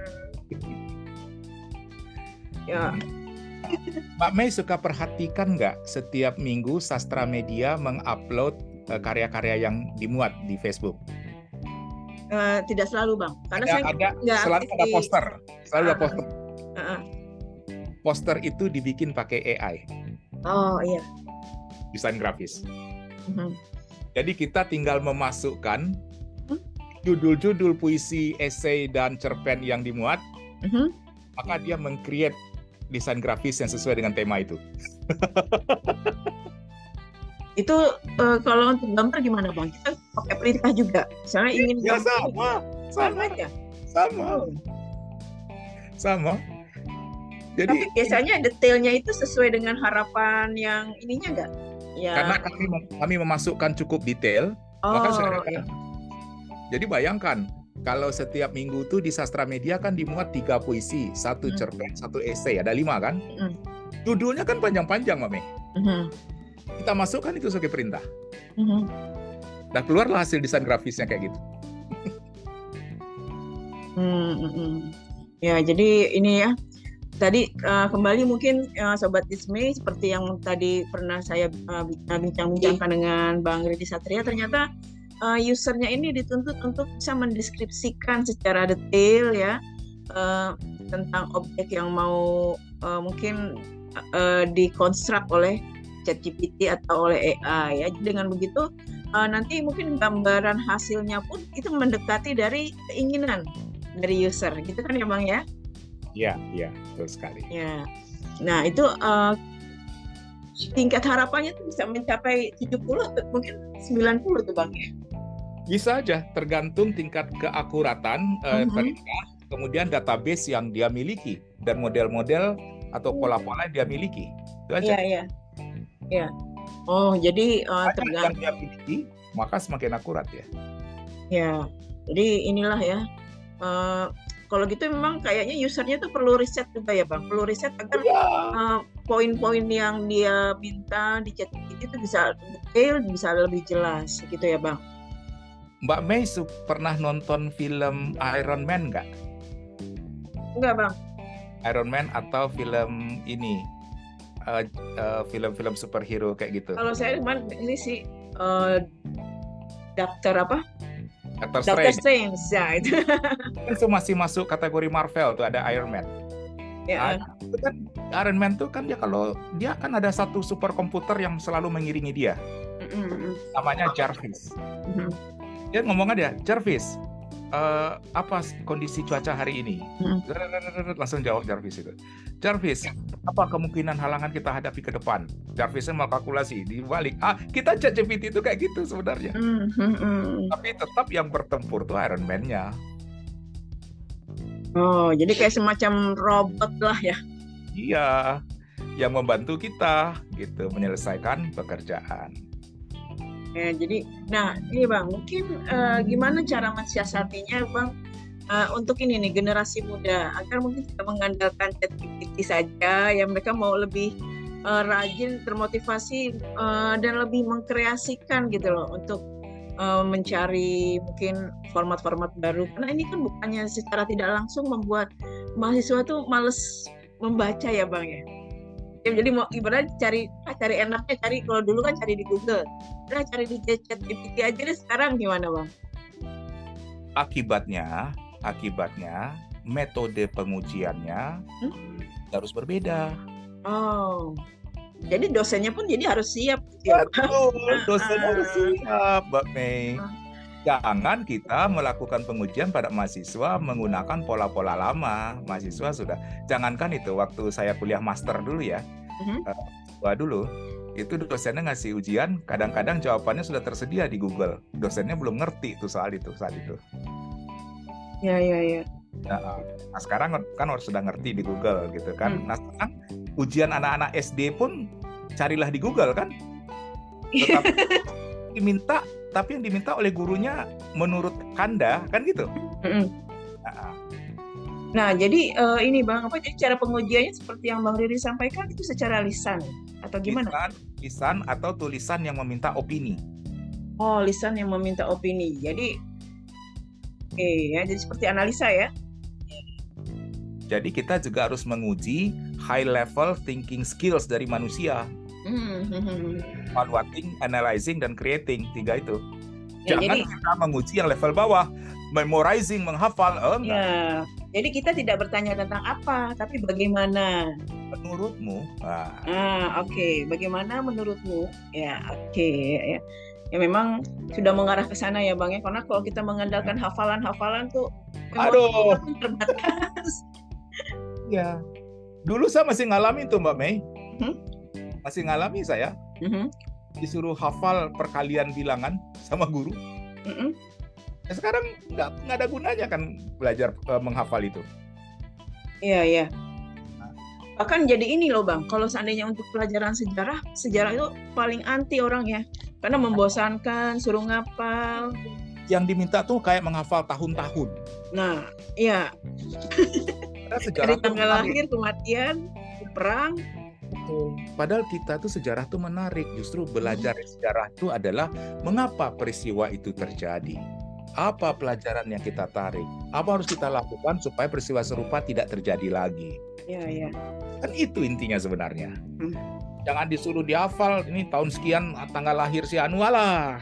Ya. Mbak Mei suka perhatikan nggak setiap minggu Sastra Media mengupload uh, karya-karya yang dimuat di Facebook? Uh, tidak selalu Bang, karena ada, saya ada nggak selalu ada di... poster, selalu ada poster. Uh-uh. Poster itu dibikin pakai A I. Oh iya. Desain grafis. Uh-huh. Jadi kita tinggal memasukkan judul-judul puisi, esai dan cerpen yang dimuat, uh-huh. maka dia meng-create desain grafis yang sesuai dengan tema itu. Itu uh, kalau untuk gambar gimana Bang? Kita pakai perintah juga. Misalnya ingin ya, gambar sama, sama aja. Sama. Oh. Sama. Jadi tapi biasanya detailnya itu sesuai dengan harapan yang ininya enggak? Ya. Karena kami kami memasukkan cukup detail, oh, maka saya iya. Jadi bayangkan kalau setiap minggu tuh di Sastra Media kan dimuat tiga puisi, satu hmm. cerpen, satu esai, ada lima kan? Hmm. Judulnya kan panjang-panjang, Mami. Hmm. Kita masukkan itu sebagai perintah. Hmm. Dan keluarlah hasil desain grafisnya kayak gitu. hmm, hmm. Ya, jadi ini ya. Tadi uh, kembali mungkin uh, Sobat It's Me, seperti yang tadi pernah saya uh, bincang-bincangkan dengan Bang Ridi Satria, ternyata Uh, usernya ini dituntut untuk bisa mendeskripsikan secara detail ya uh, tentang objek yang mau uh, mungkin uh, dikonstruk oleh ChatGPT atau oleh A I ya. Dengan begitu uh, nanti mungkin gambaran hasilnya pun itu mendekati dari keinginan dari user, gitu kan ya Bang ya? Iya, iya, betul sekali. Ya. Nah, itu uh, tingkat harapannya tuh bisa mencapai tujuh puluh mungkin sembilan puluh tuh Bang ya. Bisa aja, tergantung tingkat keakuratan uh-huh. eh, perintah, kemudian database yang dia miliki dan model-model atau pola-pola yang dia miliki. Itu aja. Iya, iya. Iya. Oh, jadi uh, tergantung yang dia miliki, maka semakin akurat ya. Ya. Jadi inilah ya. Uh, kalau gitu memang kayaknya usernya tuh perlu riset juga ya Bang. Perlu riset agar ya. uh, poin-poin yang dia minta di ChatGPT itu bisa detail, bisa lebih jelas gitu ya Bang. Mbak Mei pernah nonton film Iron Man nggak? Enggak Bang. Iron Man atau film ini uh, uh, film-film superhero kayak gitu? Kalau saya kemarin ini sih uh, dokter apa? Doctor Doctor Strange. Strange, ya itu. Itu masih masuk kategori Marvel tuh, ada Iron Man. Ya. Nah, itu kan Iron Man tuh kan dia kalau dia kan ada satu superkomputer yang selalu mengiringi dia. Mm-mm. Namanya Jarvis. Mm-mm. Dia ngomong aja, Jarvis, uh, apa kondisi cuaca hari ini? Mm. Langsung jawab Jarvis itu. Jarvis, apa kemungkinan halangan kita hadapi ke depan? Jarvisnya mau kalkulasi di balik. Ah, kita ChatGPT itu kayak gitu sebenarnya. Mm-mm. Tapi tetap yang bertempur tuh Iron Man-nya. Oh, jadi kayak semacam robot lah ya. Iya, yang membantu kita gitu menyelesaikan pekerjaan. Ya, jadi, nah ini Bang, mungkin uh, gimana cara mensiasatinya Bang uh, untuk ini nih generasi muda agar mungkin kita mengandalkan ChatGPT saja, ya mereka mau lebih uh, rajin, termotivasi uh, dan lebih mengkreasikan gitu loh untuk uh, mencari mungkin format-format baru. Karena ini kan bukannya secara tidak langsung membuat mahasiswa tuh males membaca ya Bang ya. Ya, jadi mau ibarat cari ah, cari enaknya cari kalau dulu kan cari di Google, nah cari di ChatGPT aja deh. Sekarang gimana Bang? Akibatnya, akibatnya metode pengujiannya hmm? harus berbeda. Oh, jadi dosennya pun jadi harus siap. Betul, dosennya harus siap, Mbak Mei. Jangan kita melakukan pengujian pada mahasiswa menggunakan pola-pola lama. Mahasiswa sudah, jangankan itu waktu saya kuliah master dulu ya, uh-huh. uh, dulu itu dosennya ngasih ujian, kadang-kadang jawabannya sudah tersedia di Google. Dosennya belum ngerti tuh soal itu saat itu. Ya ya ya. Nah, nah sekarang kan harus sudah ngerti di Google gitu kan. Hmm. Nah sekarang ujian anak-anak S D pun carilah di Google kan. Tetapi diminta tapi yang diminta oleh gurunya menurut Kanda kan gitu. Mm-hmm. Nah, nah jadi uh, ini Bang, apa jadi cara pengujiannya seperti yang Bang Riri sampaikan itu secara lisan atau gimana? Lisan, lisan atau tulisan yang meminta opini. Oh, lisan yang meminta opini. Jadi, oke okay, ya, jadi seperti analisa ya. Jadi kita juga harus menguji high level thinking skills dari manusia. Mm-hmm. Evaluating, analyzing, dan creating, tiga itu. Ya, Jangan jadi, kita menguji yang level bawah, memorizing, menghafal, oh enggak. Ya, jadi kita tidak bertanya tentang apa, tapi bagaimana. Menurutmu? Nah. Ah, oke. Okay. Bagaimana menurutmu? Ya, oke. Okay. Ya. Ya memang sudah mengarah ke sana ya Bang ya, karena kalau kita mengandalkan hafalan-hafalan tuh, aduh, terbatas. Ya, dulu saya masih ngalamin tuh Mbak Mei. Hmm? Masih ngalami saya, mm-hmm. disuruh hafal perkalian bilangan sama guru. Mm-hmm. Ya, sekarang nggak nggak ada gunanya kan belajar uh, menghafal itu. Iya iya. Bahkan jadi ini loh Bang, kalau seandainya untuk pelajaran sejarah, sejarah itu paling anti orang ya, karena membosankan, suruh ngapal. Yang diminta tuh kayak menghafal tahun-tahun. Nah, iya. Dari tanggal lahir, kematian, perang. Betul. Padahal kita tuh sejarah tuh menarik. Justru belajar sejarah itu adalah mengapa peristiwa itu terjadi. Apa pelajaran yang kita tarik? Apa harus kita lakukan supaya peristiwa serupa tidak terjadi lagi? Iya, iya. Kan itu intinya sebenarnya. Hmm. Jangan disuruh dihafal, ini tahun sekian tanggal lahir si Anuala.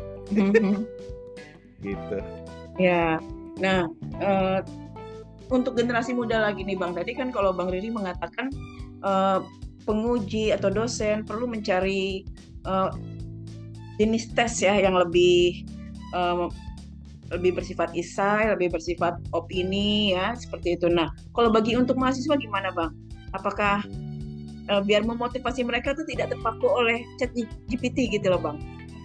Gitu. Ya. Nah, uh, untuk generasi muda lagi nih Bang. Tadi kan kalau Bang Riri mengatakan uh, penguji atau dosen perlu mencari uh, jenis tes ya yang lebih uh, lebih bersifat isai, lebih bersifat opini ya seperti itu. Nah, kalau bagi untuk mahasiswa gimana Bang? Apakah uh, biar memotivasi mereka tuh tidak terpaku oleh ChatGPT gitu loh Bang?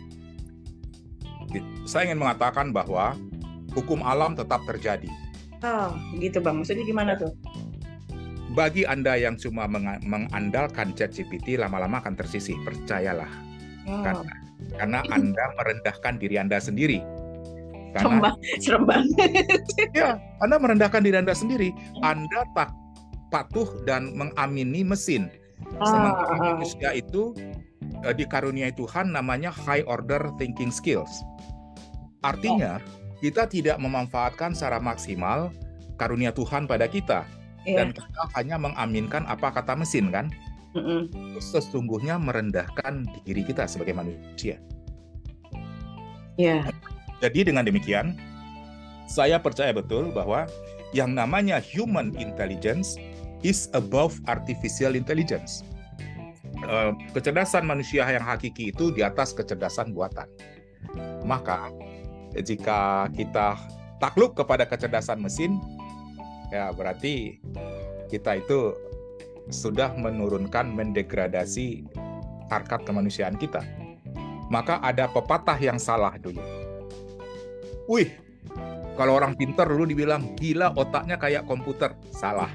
Saya ingin mengatakan bahwa hukum alam tetap terjadi. Oh, gitu Bang. Maksudnya gimana tuh? Bagi Anda yang cuma meng- mengandalkan ChatGPT, lama-lama akan tersisih, percayalah. Oh. Karena, karena Anda merendahkan diri Anda sendiri. Karena, serem banget. Ya, Anda merendahkan diri Anda sendiri. Anda tak patuh dan mengamini mesin. Oh. Sementara manusia itu eh, dikaruniai Tuhan namanya high order thinking skills. Artinya, oh. kita tidak memanfaatkan secara maksimal karunia Tuhan pada kita. Dan kita hanya mengaminkan apa kata mesin kan, mm-mm. Sesungguhnya merendahkan diri kita sebagai manusia. Yeah. Jadi dengan demikian, saya percaya betul bahwa yang namanya human intelligence is above artificial intelligence. Kecerdasan manusia yang hakiki itu di atas kecerdasan buatan. Maka jika kita takluk kepada kecerdasan mesin, ya berarti kita itu sudah menurunkan, mendegradasi harkat kemanusiaan kita. Maka ada pepatah yang salah dulu. Wih, kalau orang pintar dulu dibilang gila otaknya kayak komputer. Salah.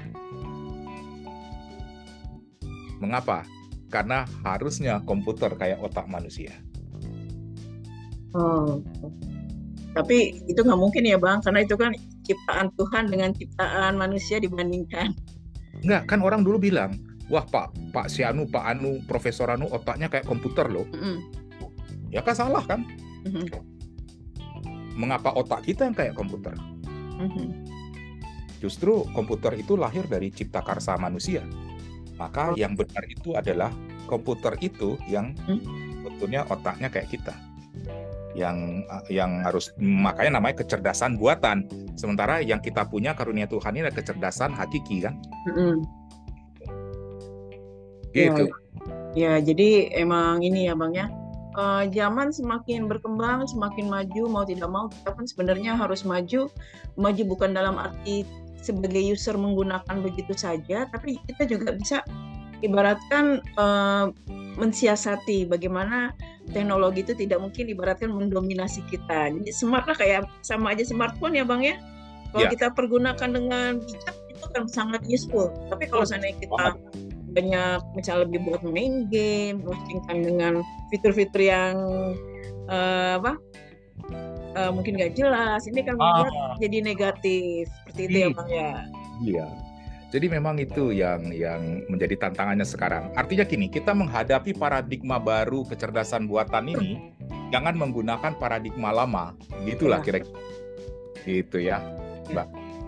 Mengapa? Karena harusnya komputer kayak otak manusia. Oh, tapi itu nggak mungkin ya Bang, karena itu kan ciptaan Tuhan dengan ciptaan manusia dibandingkan. Enggak, kan orang dulu bilang, wah Pak, Pak si Anu, Pak Anu, Profesor Anu otaknya kayak komputer loh. Mm-hmm. Ya kan salah kan? Mm-hmm. Mengapa otak kita yang kayak komputer? Mm-hmm. Justru komputer itu lahir dari cipta karsa manusia. Maka oh. yang benar itu adalah komputer itu yang mm-hmm. betulnya otaknya kayak kita. Yang yang harus, makanya namanya kecerdasan buatan. Sementara yang kita punya karunia Tuhan ini adalah kecerdasan hakiki kan? Mm-hmm. Gitu. Ya, ya, jadi emang ini ya Bang ya. Uh, zaman semakin berkembang, semakin maju, mau tidak mau kita pun sebenarnya harus maju. Maju bukan dalam arti sebagai user menggunakan begitu saja, tapi kita juga bisa ibaratkan uh, mensiasati bagaimana teknologi itu tidak mungkin ibaratkan mendominasi kita. Jadi smart lah, kayak sama aja smartphone ya Bang ya. Kalau yeah. kita pergunakan dengan bijak itu kan sangat useful. Tapi kalau seandainya kita banyak misalnya lebih buat main game, memusingkan dengan fitur-fitur yang uh, apa uh, mungkin nggak jelas, ini kan ah. jadi negatif seperti itu ya Bang ya. Iya. Jadi memang itu yang yang menjadi tantangannya sekarang. Artinya gini, kita menghadapi paradigma baru kecerdasan buatan ini, hmm. jangan menggunakan paradigma lama, gitulah ya. Kira-kira. Gitu ya, Mbak.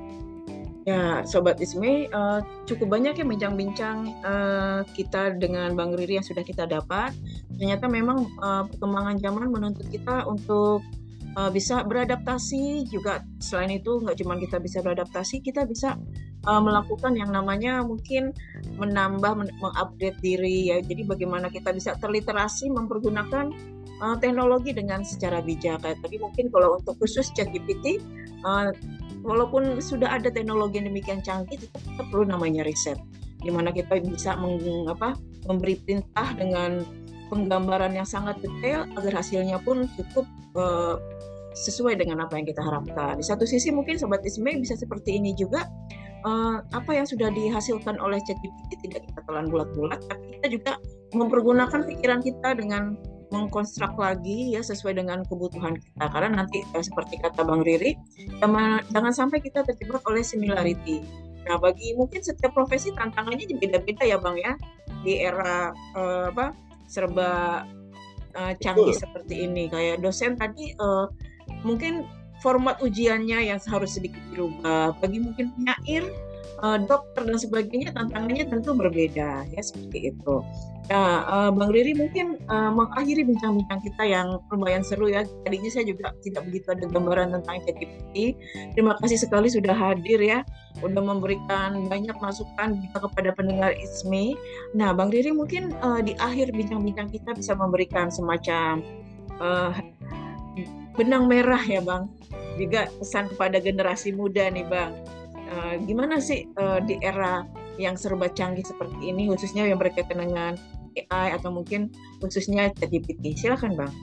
Ya, Sobat Isme, uh, cukup banyak ya bincang-bincang uh, kita dengan Bang Riri yang sudah kita dapat. Ternyata memang uh, perkembangan zaman menuntut kita untuk uh, bisa beradaptasi juga. Selain itu, nggak cuma kita bisa beradaptasi, kita bisa uh, melakukan yang namanya mungkin menambah, men- mengupdate diri ya. Jadi bagaimana kita bisa terliterasi mempergunakan uh, teknologi dengan secara bijak. Kayak tadi mungkin kalau untuk khusus ChatGPT, uh, walaupun sudah ada teknologi yang demikian canggih, tetap kita perlu namanya riset, di mana kita bisa meng, apa, memberi perintah dengan penggambaran yang sangat detail agar hasilnya pun cukup uh, sesuai dengan apa yang kita harapkan. Di satu sisi mungkin Sobat Isme bisa seperti ini juga, uh, apa yang sudah dihasilkan oleh ChatGPT tidak kita telan bulat-bulat, tapi kita juga mempergunakan pikiran kita dengan mengkonstruk lagi ya sesuai dengan kebutuhan kita, karena nanti eh, seperti kata Bang Riri, jangan, jangan sampai kita terjebak oleh similarity. Nah, bagi mungkin setiap profesi tantangannya beda-beda ya Bang ya, di era eh, apa serba eh, canggih Betul. Seperti ini. Kayak dosen tadi eh, mungkin format ujiannya yang harus sedikit berubah, bagi mungkin penyair, eh, dokter dan sebagainya tantangannya tentu berbeda ya, seperti itu. Nah, uh, Bang Riri mungkin uh, mengakhiri bincang-bincang kita yang lumayan seru ya. Tadinya saya juga tidak begitu ada gambaran tentang ChatGPT. Terima kasih sekali sudah hadir ya, sudah memberikan banyak masukan juga kepada pendengar Isme. Nah, Bang Riri mungkin uh, di akhir bincang-bincang kita bisa memberikan semacam uh, benang merah ya Bang, juga pesan kepada generasi muda nih Bang. Uh, gimana sih uh, di era yang serba canggih seperti ini, khususnya yang berkaitan dengan A I atau mungkin khususnya ChatGPT. Silakan Bang.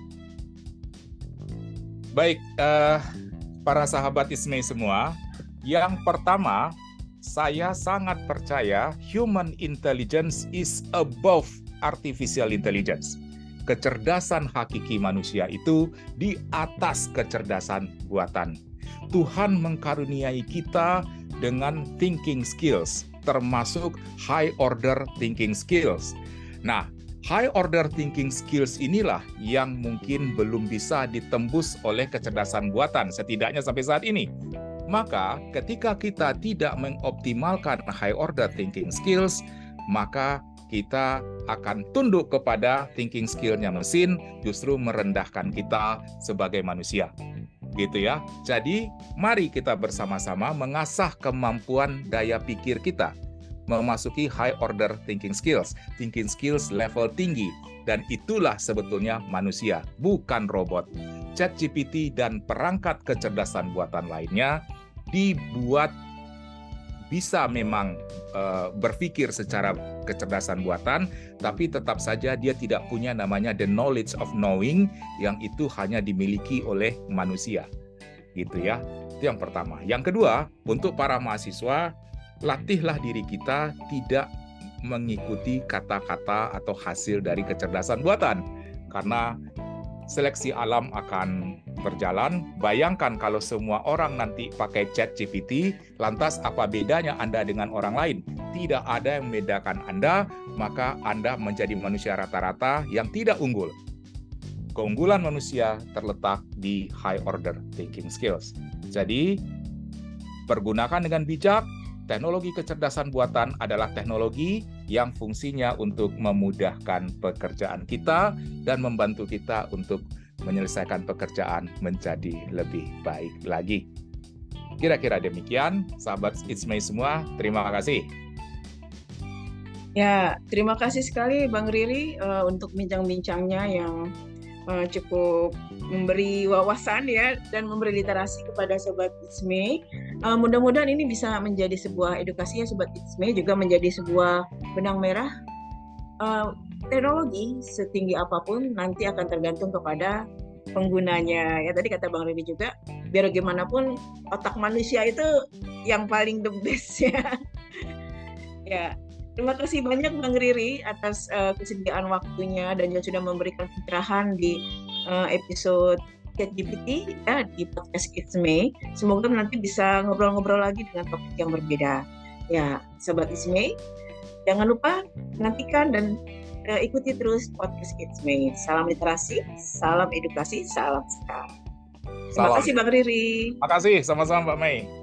Baik, uh, para sahabat Isme semua, yang pertama, saya sangat percaya human intelligence is above artificial intelligence. Kecerdasan hakiki manusia itu di atas kecerdasan buatan. Tuhan mengkaruniai kita dengan thinking skills, termasuk high order thinking skills. Nah, high order thinking skills inilah yang mungkin belum bisa ditembus oleh kecerdasan buatan, setidaknya sampai saat ini. Maka, ketika kita tidak mengoptimalkan high order thinking skills, maka kita akan tunduk kepada thinking skill-nya mesin, justru merendahkan kita sebagai manusia. gitu ya. Jadi mari kita bersama-sama mengasah kemampuan daya pikir kita, memasuki high order thinking skills, thinking skills level tinggi, dan itulah sebetulnya manusia, bukan robot. ChatGPT dan perangkat kecerdasan buatan lainnya dibuat bisa memang uh, berpikir secara kecerdasan buatan, tapi tetap saja dia tidak punya namanya the knowledge of knowing, yang itu hanya dimiliki oleh manusia. Gitu ya. Itu yang pertama. Yang kedua, untuk para mahasiswa, latihlah diri kita tidak mengikuti kata-kata atau hasil dari kecerdasan buatan. Karena seleksi alam akan berjalan. Bayangkan kalau semua orang nanti pakai ChatGPT, lantas apa bedanya Anda dengan orang lain? Tidak ada yang membedakan Anda, maka Anda menjadi manusia rata-rata yang tidak unggul. Keunggulan manusia terletak di high order thinking skills. Jadi, pergunakan dengan bijak. Teknologi kecerdasan buatan adalah teknologi yang fungsinya untuk memudahkan pekerjaan kita dan membantu kita untuk menyelesaikan pekerjaan menjadi lebih baik lagi. Kira-kira demikian, sahabat It's Me semua. Terima kasih. Ya, terima kasih sekali Bang Riri uh, untuk bincang-bincangnya yang uh, cukup memberi wawasan ya dan memberi literasi kepada Sobat It's Me. Uh, mudah-mudahan ini bisa menjadi sebuah edukasi ya Sobat It's Me, juga menjadi sebuah benang merah. Uh, teknologi setinggi apapun nanti akan tergantung kepada penggunanya. Ya tadi kata Bang Riri juga, biar bagaimanapun otak manusia itu yang paling the best ya. Ya. Terima kasih banyak Bang Riri atas uh, kesediaan waktunya dan juga sudah memberikan pencerahan di uh, episode ChatGPT ya, di podcast It's Me. Semoga nanti bisa ngobrol-ngobrol lagi dengan topik yang berbeda. Ya, Sobat It's Me, jangan lupa nantikan dan uh, ikuti terus podcast It's Me. Salam literasi, salam edukasi, salam sekarang. Terima Salam. kasih Bang Riri. Terima kasih, sama-sama Mbak Mei.